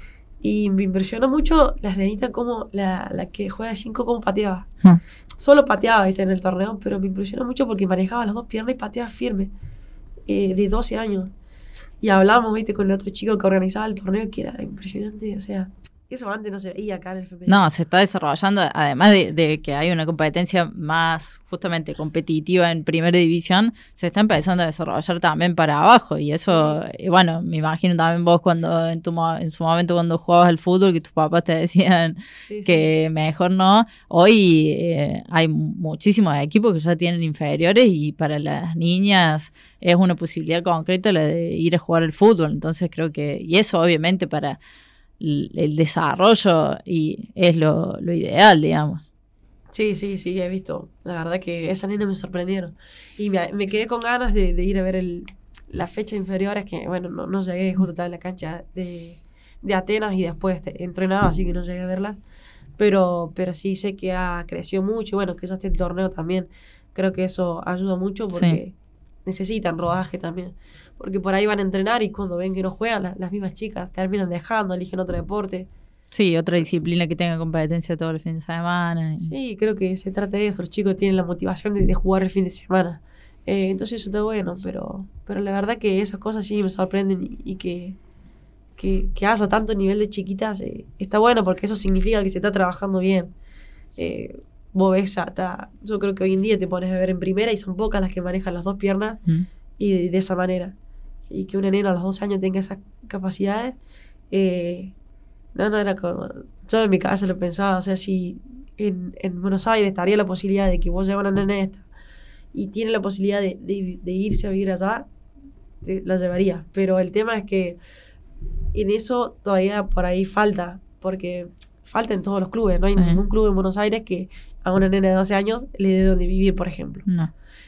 Y me impresionó mucho las nenitas como la, la que juega de cinco como pateaba. Hmm. Solo pateaba, ¿viste? En el torneo, pero me impresionó mucho porque manejaba las dos piernas y pateaba firme, eh, de doce años. Y hablamos, ¿viste? Con el otro chico que organizaba el torneo, que era impresionante, o sea, eso antes no se veía acá en el femenino. No, se está desarrollando, además de, de que hay una competencia más justamente competitiva en primera división, se está empezando a desarrollar también para abajo y eso, sí. Y bueno, me imagino también vos cuando en tu en su momento cuando jugabas al fútbol que tus papás te decían sí, que sí. Mejor no, hoy eh, hay muchísimos equipos que ya tienen inferiores y para las niñas es una posibilidad concreta la de ir a jugar al fútbol, entonces creo que, y eso obviamente para el desarrollo y es lo, lo ideal, digamos. Sí, sí, sí, he visto. La verdad que esas niñas me sorprendieron. Y me, me quedé con ganas de, de ir a ver el, la fecha inferiores, que bueno, no, no llegué, justo estaba en la cancha de, de Atenas y después te, entrenaba, así que no llegué a verlas. Pero, pero sí sé que ha crecido mucho y bueno, que ya esté el torneo también. Creo que eso ayuda mucho porque sí. Necesitan rodaje también. Porque por ahí van a entrenar y cuando ven que no juegan, las, las mismas chicas terminan dejando, eligen otro deporte. Sí, otra disciplina que tenga competencia todos los fines de semana. Y... Sí, creo que se trata de eso. Los chicos tienen la motivación de, de jugar el fin de semana. Eh, entonces eso está bueno, pero pero la verdad que esas cosas sí me sorprenden y, y que, que, que haya tanto nivel de chiquitas eh, está bueno porque eso significa que se está trabajando bien. Eh, vos ves hasta, yo creo que hoy en día te pones a ver en primera y son pocas las que manejan las dos piernas mm. y de, de esa manera. Y que una nena a los doce años tenga esas capacidades, eh, no, no era como, yo en mi cabeza lo pensaba, o sea, si en, en Buenos Aires estaría la posibilidad de que vos llevas a una nena esta y tiene la posibilidad de, de, de irse a vivir allá, te, la llevaría. Pero el tema es que en eso todavía por ahí falta, porque falta en todos los clubes, no hay sí. ningún club en Buenos Aires que a una nena de doce años le dé donde vivir, por ejemplo. No.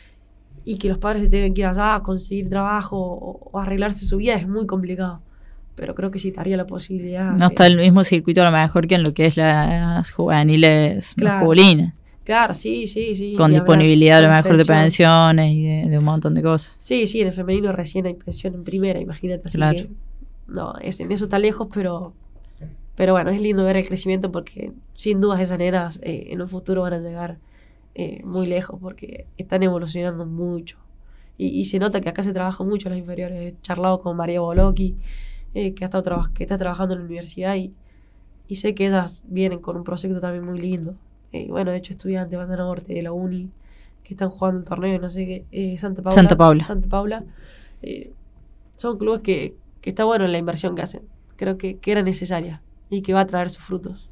Y que los padres se tengan que ir allá a conseguir trabajo o, o arreglarse su vida es muy complicado. Pero creo que sí estaría la posibilidad. No de... está el mismo circuito a lo mejor que en lo que es las juveniles claro. masculinas. Claro, sí, sí, sí. Con disponibilidad a lo mejor de pensiones y de, de un montón de cosas. Sí, sí, en el femenino recién hay pensión en primera, imagínate. Así claro. que, no, es, en eso está lejos, pero pero bueno, es lindo ver el crecimiento porque sin dudas esas nenas eh, en un futuro van a llegar eh, muy lejos porque están evolucionando mucho. Y, y se nota que acá se trabaja mucho en las inferiores. He charlado con María Boloqui, eh, que, ha estado traba- que está trabajando en la universidad y, y sé que ellas vienen con un proyecto también muy lindo. eh, bueno, de hecho Estudiantes, Banda Norte, la Uni, que están jugando el torneo, no sé qué, eh, Santa Paula. Santa Paula. Santa Paula. Eh, son clubes que, que está bueno en la inversión que hacen. Creo que, que era necesaria y que va a traer sus frutos.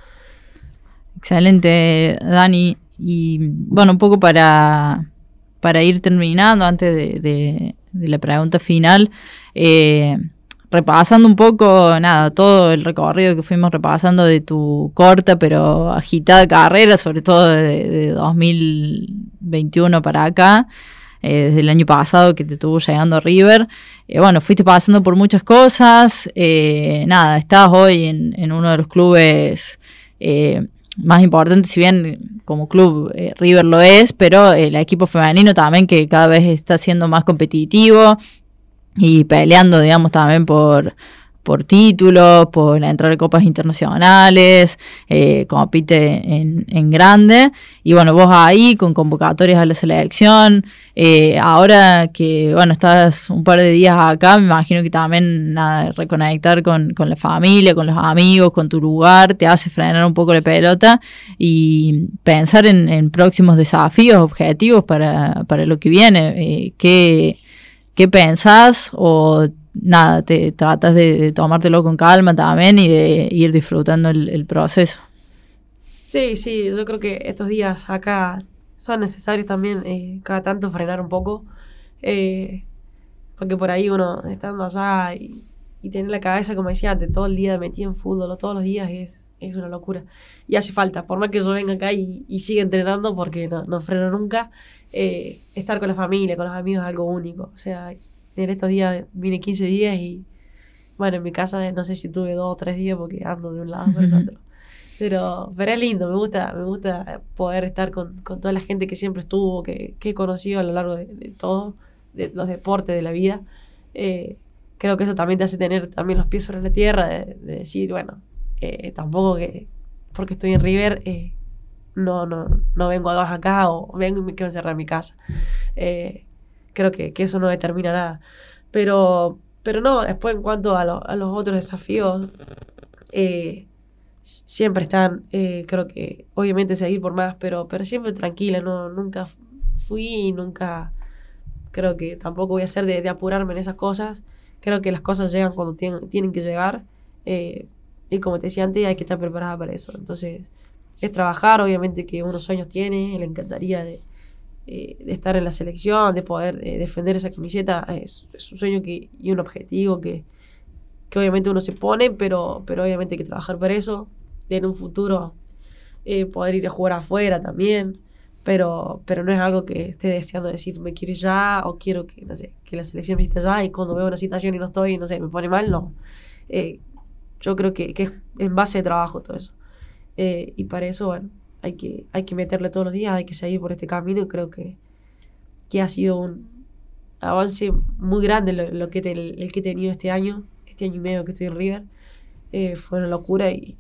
Excelente, Dani. Y bueno, un poco para, para ir terminando, antes de, de, de la pregunta final, eh, repasando un poco, nada, todo el recorrido que fuimos repasando de tu corta pero agitada carrera, sobre todo de, de dos mil veintiuno para acá, eh, desde el año pasado que te estuvo llegando a River. Eh, bueno, fuiste pasando por muchas cosas, eh, nada, estás hoy en, en uno de los clubes eh, más importantes, si bien como club eh, River lo es, pero el equipo femenino también, que cada vez está siendo más competitivo y peleando, digamos, también por, por títulos, por entrar a copas internacionales, eh, compite en, en grande. Y bueno, vos ahí con convocatorias a la selección, eh, ahora que, bueno, estás un par de días acá, me imagino que también, nada, reconectar con, con la familia, con los amigos, con tu lugar, te hace frenar un poco la pelota y pensar en, en próximos desafíos, objetivos para, para lo que viene. Eh, ¿qué, ¿Qué pensás? O nada, te tratas de, de tomártelo con calma también y de ir disfrutando el, el proceso. Sí, sí, yo creo que estos días acá son necesarios también, eh, cada tanto frenar un poco, eh, porque por ahí uno estando allá y, y tener la cabeza, como decía antes, todo el día metida en fútbol o todos los días es, es una locura. Y hace falta, por más que yo venga acá y, y siga entrenando, porque no, no freno nunca, eh, estar con la familia, con los amigos es algo único. O sea, en estos días vine quince días y, bueno, en mi casa no sé si tuve dos o tres días porque ando de un lado para el otro. Pero, pero es lindo, me gusta, me gusta poder estar con, con toda la gente que siempre estuvo, que, que he conocido a lo largo de, de todo, de los deportes, de la vida. Eh, creo que eso también te hace tener también los pies sobre la tierra, de, de decir, bueno, eh, tampoco que porque estoy en River, eh, no, no, no vengo a dos acá o vengo y me quedo encerrado en mi casa. Eh, creo que, que eso no determina nada. Pero, pero no, después en cuanto a, lo, a los otros desafíos, eh, siempre están, eh, creo que obviamente seguir por más, pero, pero siempre tranquila, no, nunca fui y nunca, creo que tampoco voy a hacer de, de apurarme en esas cosas. Creo que las cosas llegan cuando tienen, tienen que llegar, eh, y como te decía antes, hay que estar preparada para eso. Entonces, es trabajar, obviamente que unos sueños tiene, le encantaría de, eh, de estar en la selección, de poder eh, defender esa camiseta, es, es un sueño que, y un objetivo que, que obviamente uno se pone, pero, pero obviamente hay que trabajar para eso, en un futuro eh, poder ir a jugar afuera también, pero, pero no es algo que esté deseando decir, me quiero ir ya, o quiero que, no sé, que la selección me esté allá, y cuando veo una situación y no estoy, no sé, me pone mal, no. Eh, yo creo que, que es en base de trabajo todo eso. Eh, y para eso, bueno, hay que, hay que meterle todos los días, hay que seguir por este camino, y creo que, que ha sido un avance muy grande lo, lo que te, el, el que he tenido este año, este año y medio que estoy en River. Eh, fue una locura y,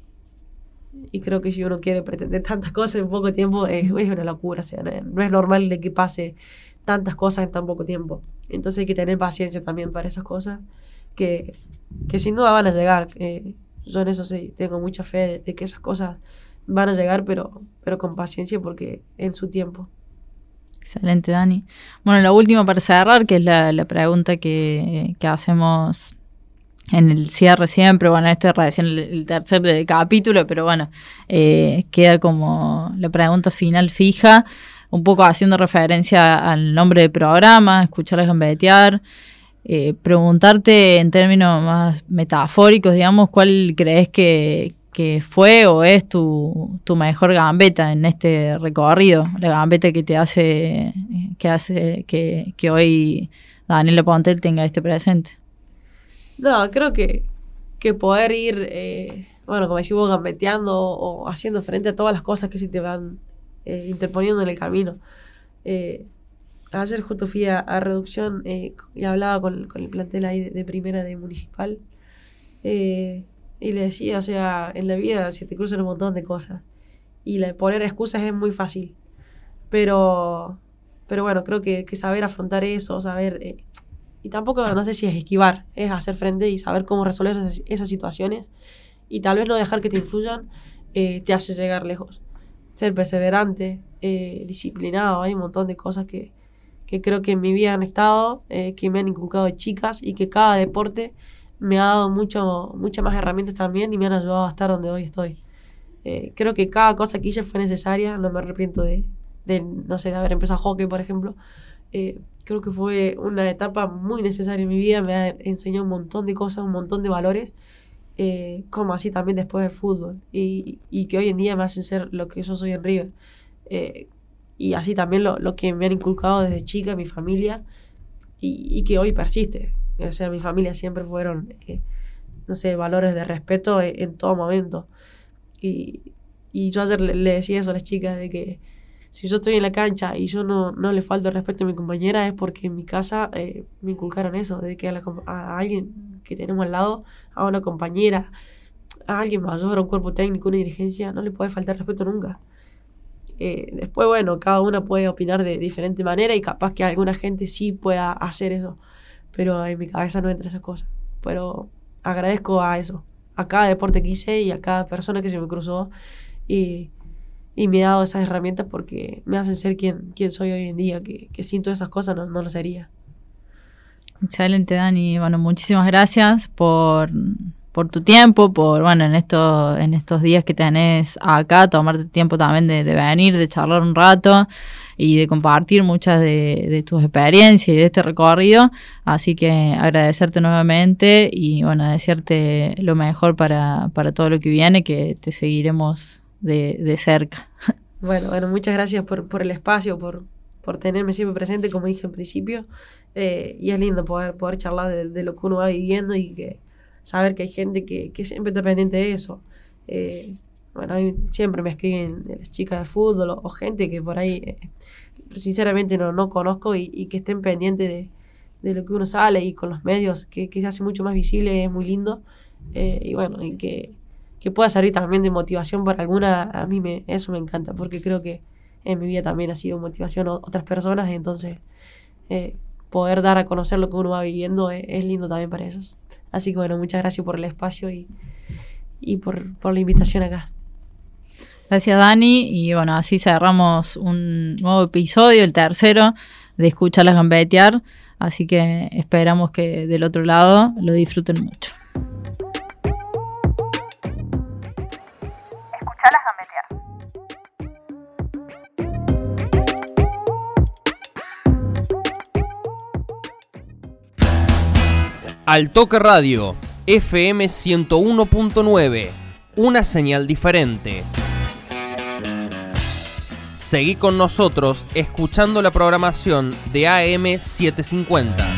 y creo que si uno quiere pretender tantas cosas en poco tiempo, eh, es una locura. O sea, no, no es normal de que pase tantas cosas en tan poco tiempo. Entonces hay que tener paciencia también para esas cosas que, que sin duda van a llegar. Eh, yo en eso sí tengo mucha fe de, de que esas cosas van a llegar, pero, pero con paciencia, porque en su tiempo. Excelente, Dani. Bueno, la última para cerrar, que es la, la pregunta que, que hacemos en el cierre siempre. Bueno, este es recién el, el tercer capítulo, pero bueno, eh, queda como la pregunta final fija, un poco haciendo referencia al nombre del programa, escuchar a gambetear. Eh, preguntarte en términos más metafóricos, digamos, ¿cuál crees que, que fue o es tu, tu mejor gambeta en este recorrido? La gambeta que te hace que hace que, que hoy Daniela Pontel tenga este presente. No, creo que, que poder ir, eh, bueno, como decís vos, gambeteando o, o haciendo frente a todas las cosas que se te van eh, interponiendo en el camino. Eh, Ayer justo fui a, a Reducción eh, y hablaba con, con el plantel ahí de, de primera de Municipal, eh, y le decía, o sea, en la vida se te cruzan un montón de cosas y la, poner excusas es muy fácil, pero pero bueno, creo que, que saber afrontar eso, saber, eh, y tampoco no sé si es esquivar, es hacer frente y saber cómo resolver esas, esas situaciones, y tal vez no dejar que te influyan, eh, te hace llegar lejos. ser perseverante, eh, disciplinado. Hay un montón de cosas que, que creo que en mi vida han estado, eh, que me han inculcado de chicas, y que cada deporte me ha dado mucho, muchas más herramientas también y me han ayudado a estar donde hoy estoy. Eh, creo que cada cosa que hice fue necesaria. No me arrepiento de, de no sé, de haber empezado hockey, por ejemplo. Eh, creo que fue una etapa muy necesaria en mi vida. Me ha enseñado un montón de cosas, un montón de valores, eh, como así también después del fútbol, y, y que hoy en día me hacen ser lo que yo soy en River. Eh, y así también lo, lo que me han inculcado desde chica, mi familia, y, y que hoy persiste. O sea, mi familia siempre fueron, eh, no sé, valores de respeto en, en todo momento. Y, y yo ayer le, le decía eso a las chicas, de que si yo estoy en la cancha y yo no, no le falto el respeto a mi compañera, es porque en mi casa eh, me inculcaron eso, de que a, la, a alguien que tenemos al lado, a una compañera, a alguien mayor, a un cuerpo técnico, una dirigencia, no le puede faltar respeto nunca. Eh, después, bueno, cada una puede opinar de diferente manera y capaz que alguna gente sí pueda hacer eso, pero en mi cabeza no entra esas cosas. Pero agradezco a eso, a cada deporte que hice y a cada persona que se me cruzó, y, y me ha dado esas herramientas porque me hacen ser quien, quien soy hoy en día, que, que sin todas esas cosas no, no lo sería. Excelente, Dani. Bueno, muchísimas gracias por, por tu tiempo, por, bueno, en estos, en estos días que tenés acá, tomarte tiempo también de, de venir, de charlar un rato y de compartir muchas de, de tus experiencias y de este recorrido. Así que agradecerte nuevamente y, bueno, desearte lo mejor para, para todo lo que viene, que te seguiremos de, de cerca. Bueno, bueno, muchas gracias por, por el espacio, por, por tenerme siempre presente, como dije en principio. Eh, y es lindo poder, poder charlar de, de lo que uno va viviendo y que saber que hay gente que, que siempre está pendiente de eso. Eh, bueno, a mí siempre me escriben de las chicas de fútbol o, o gente que por ahí eh, sinceramente no, no conozco y, y que estén pendientes de, de lo que uno sale, y con los medios que, que se hace mucho más visible, es muy lindo. Eh, y bueno, y que, que pueda servir también de motivación para alguna, a mí me, eso me encanta, porque creo que en mi vida también ha sido motivación a otras personas. Entonces eh, poder dar a conocer lo que uno va viviendo es, es lindo también para esos. Así que bueno, muchas gracias por el espacio y, y por, por la invitación acá. Gracias, Dani. Y bueno, así cerramos un nuevo episodio, el tercero, de Escucharlas Gambetear. Así que esperamos que del otro lado lo disfruten mucho. Escucharlas gambetear. Al Toque Radio, F M ciento uno punto nueve, una señal diferente. Seguí con nosotros escuchando la programación de A M setecientos cincuenta.